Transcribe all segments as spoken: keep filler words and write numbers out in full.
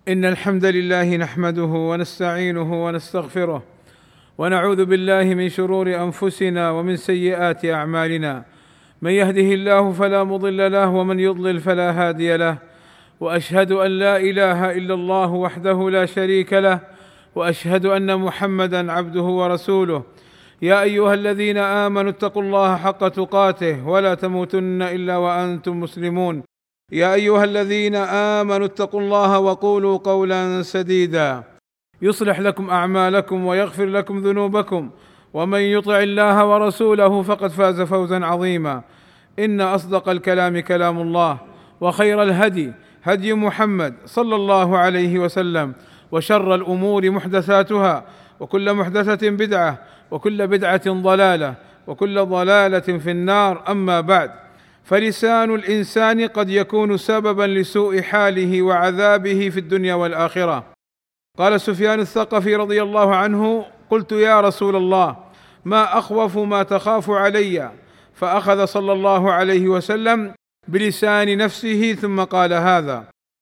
إن الحمد لله نحمده ونستعينه ونستغفره ونعوذ بالله من شرور أنفسنا ومن سيئات أعمالنا. من يهده الله فلا مضل له ومن يضلل فلا هادي له، وأشهد أن لا إله إلا الله وحده لا شريك له، وأشهد أن محمدا عبده ورسوله. يا أيها الذين آمنوا اتقوا الله حق تقاته ولا تموتن إلا وأنتم مسلمون. يا أيها الذين آمنوا اتقوا الله وقولوا قولا سديدا يصلح لكم أعمالكم ويغفر لكم ذنوبكم، ومن يطع الله ورسوله فقد فاز فوزا عظيما. إن أصدق الكلام كلام الله، وخير الهدي هدي محمد صلى الله عليه وسلم، وشر الأمور محدثاتها، وكل محدثة بدعة، وكل بدعة ضلالة، وكل ضلالة في النار. أما بعد، فلسان الإنسان قد يكون سببا لسوء حاله وعذابه في الدنيا والآخرة. قال سفيان الثقفي رضي الله عنه: قلت يا رسول الله، ما أخوف ما تخاف علي؟ فأخذ صلى الله عليه وسلم بلسان نفسه ثم قال هذا: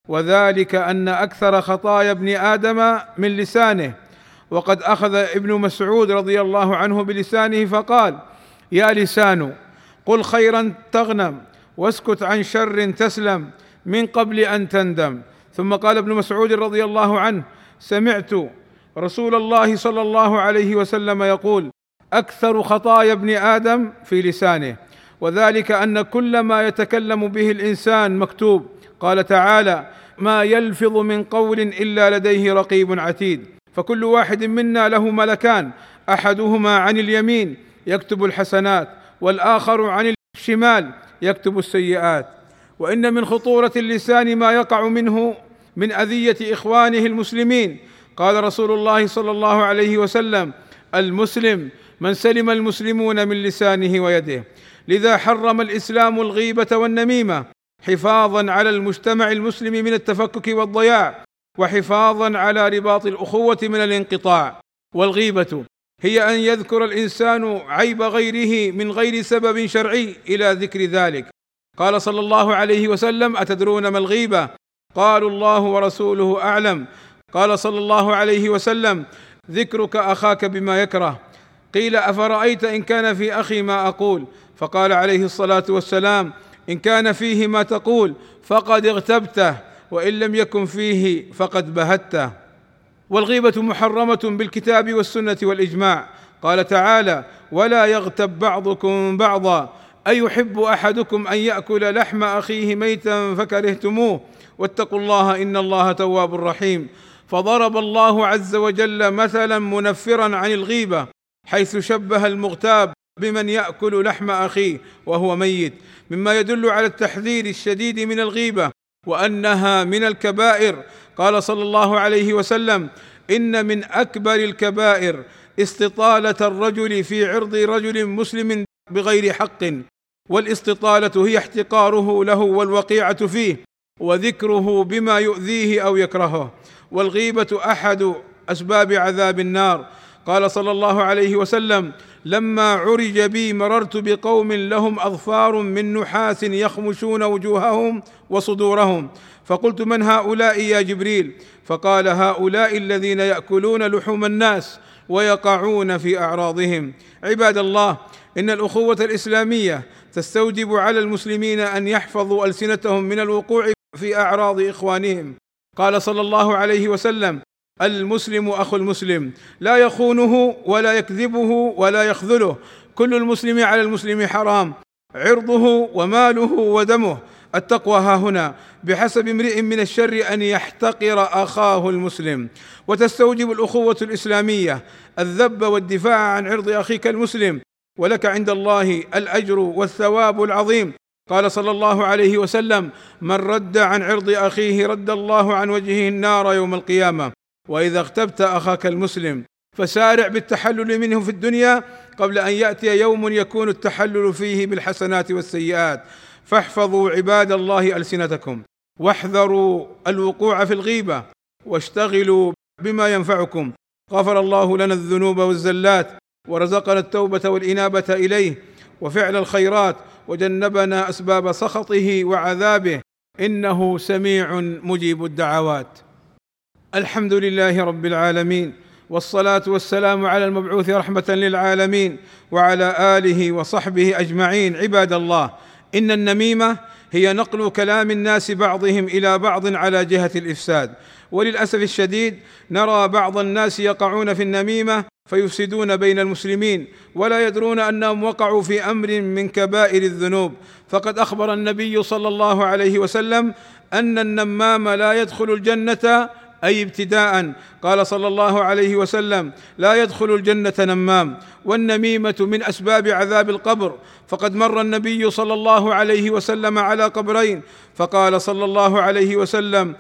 وذلك أن أكثر خطايا ابن آدم من لسانه. وقد أخذ ابن مسعود رضي الله عنه بلسانه فقال: يا لسان، قل خيرا تغنم، واسكت عن شر تسلم، من قبل أن تندم. ثم قال ابن مسعود رضي الله عنه: سمعت رسول الله صلى الله عليه وسلم يقول: أكثر خطايا ابن آدم في لسانه، وذلك أن كل ما يتكلم به الإنسان مكتوب. قال تعالى: ما يلفظ من قول إلا لديه رقيب عتيد. فكل واحد منا له ملكان، أحدهما عن اليمين يكتب الحسنات، والآخر عن الشمال يكتب السيئات. وإن من خطورة اللسان ما يقع منه من أذية إخوانه المسلمين. قال رسول الله صلى الله عليه وسلم: المسلم من سلم المسلمون من لسانه ويده. لذا حرم الإسلام الغيبة والنميمة، حفاظا على المجتمع المسلم من التفكك والضياع، وحفاظا على رباط الأخوة من الانقطاع. والغيبة هي أن يذكر الإنسان عيب غيره من غير سبب شرعي إلى ذكر ذلك. قال صلى الله عليه وسلم: أتدرون ما الغيبة؟ قالوا: الله ورسوله أعلم. قال صلى الله عليه وسلم: ذكرك أخاك بما يكره. قيل: أفرأيت إن كان في أخي ما أقول؟ فقال عليه الصلاة والسلام: إن كان فيه ما تقول فقد اغتبته، وإن لم يكن فيه فقد بهته. والغيبة محرمة بالكتاب والسنة والإجماع. قال تعالى: ولا يغتب بعضكم بعضا، أيحب أحدكم أن يأكل لحم أخيه ميتا فكرهتموه، واتقوا الله إن الله تواب رحيم. فضرب الله عز وجل مثلا منفرا عن الغيبة، حيث شبه المغتاب بمن يأكل لحم أخيه وهو ميت، مما يدل على التحذير الشديد من الغيبة، وأنها من الكبائر. قال صلى الله عليه وسلم: إن من أكبر الكبائر استطالة الرجل في عرض رجل مسلم بغير حق. والاستطالة هي احتقاره له والوقيعة فيه، وذكره بما يؤذيه أو يكرهه. والغيبة أحد أسباب عذاب النار. قال صلى الله عليه وسلم: لما عرج بي مررت بقوم لهم أظفار من نحاس يخمشون وجوههم وصدورهم، فقلت: من هؤلاء يا جبريل؟ فقال: هؤلاء الذين يأكلون لحوم الناس ويقعون في أعراضهم. عباد الله، إن الأخوة الإسلامية تستوجب على المسلمين أن يحفظوا ألسنتهم من الوقوع في أعراض إخوانهم. قال صلى الله عليه وسلم: المسلم أخو المسلم، لا يخونه ولا يكذبه ولا يخذله. كل المسلم على المسلم حرام، عرضه وماله ودمه. التقوى ها هنا، بحسب امرئ من الشر أن يحتقر أخاه المسلم. وتستوجب الأخوة الإسلامية الذب والدفاع عن عرض أخيك المسلم، ولك عند الله الأجر والثواب العظيم. قال صلى الله عليه وسلم: من رد عن عرض أخيه رد الله عن وجهه النار يوم القيامة. وإذا اغتبت أخاك المسلم فسارع بالتحلل منه في الدنيا قبل أن يأتي يوم يكون التحلل فيه بالحسنات والسيئات. فاحفظوا عباد الله ألسنتكم، واحذروا الوقوع في الغيبة، واشتغلوا بما ينفعكم. غفر الله لنا الذنوب والزلات، ورزقنا التوبة والإنابة إليه وفعل الخيرات، وجنبنا أسباب سخطه وعذابه، إنه سميع مجيب الدعوات. الحمد لله رب العالمين، والصلاة والسلام على المبعوث رحمة للعالمين وعلى آله وصحبه أجمعين. عباد الله، إن النميمة هي نقل كلام الناس بعضهم إلى بعض على جهة الإفساد، وللأسف الشديد نرى بعض الناس يقعون في النميمة فيفسدون بين المسلمين ولا يدرون أنهم وقعوا في أمر من كبائر الذنوب. فقد أخبر النبي صلى الله عليه وسلم أن النمام لا يدخل الجنة، أي ابتداء. قال صلى الله عليه وسلم: لا يدخل الجنة نمام. والنميمة من أسباب عذاب القبر، فقد مر النبي صلى الله عليه وسلم على قبرين فقال صلى الله عليه وسلم: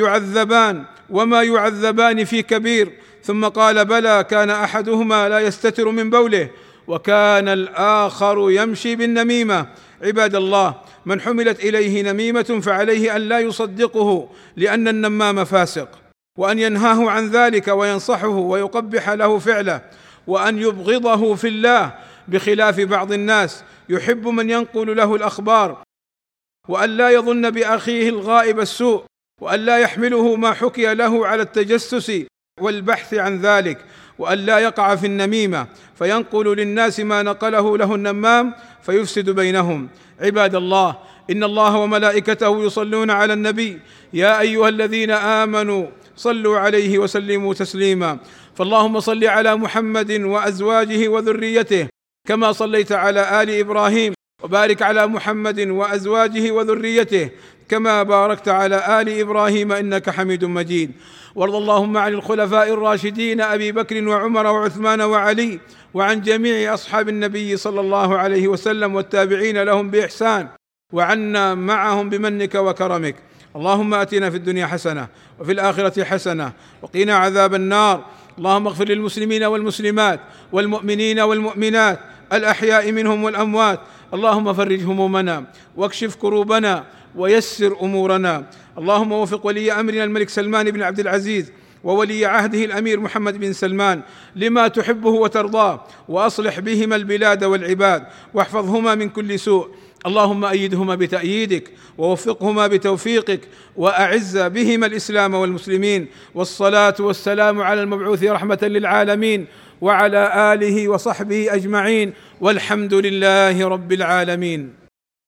يعذبان وما يعذبان في كبير، ثم قال: بلى، كان أحدهما لا يستتر من بوله وكان الآخر يمشي بالنميمة. عباد الله، من حملت إليه نميمة فعليه أن لا يصدقه، لأن النمام فاسق، وأن ينهاه عن ذلك وينصحه ويقبح له فعله، وأن يبغضه في الله، بخلاف بعض الناس يحب من ينقل له الأخبار، وأن لا يظن بأخيه الغائب السوء، وأن لا يحمله ما حكي له على التجسس والبحث عن ذلك، وأن لا يقع في النميمة فينقل للناس ما نقله له النمام فيفسد بينهم. عباد الله، إن الله وملائكته يصلون على النبي، يا أيها الذين آمنوا صلوا عليه وسلموا تسليما. فاللهم صل على محمد وأزواجه وذريته كما صليت على آل إبراهيم، وبارك على محمد وأزواجه وذريته كما باركت على آل إبراهيم إنك حميد مجيد. وارض اللهم عن الخلفاء الراشدين أبي بكر وعمر وعثمان وعلي، وعن جميع أصحاب النبي صلى الله عليه وسلم والتابعين لهم بإحسان، وعنا معهم بمنك وكرمك. اللهم آتنا في الدنيا حسنة وفي الآخرة حسنة وقنا عذاب النار. اللهم اغفر للمسلمين والمسلمات والمؤمنين والمؤمنات الأحياء منهم والأموات. اللهم فرج همومنا واكشف كروبنا ويسر أمورنا. اللهم وفق ولي أمرنا الملك سلمان بن عبد العزيز وولي عهده الأمير محمد بن سلمان لما تحبه وترضاه، وأصلح بهما البلاد والعباد، واحفظهما من كل سوء. اللهم أيدهما بتأييدك ووفقهما بتوفيقك، وأعز بهما الإسلام والمسلمين. والصلاة والسلام على المبعوث رحمة للعالمين وعلى آله وصحبه أجمعين، والحمد لله رب العالمين.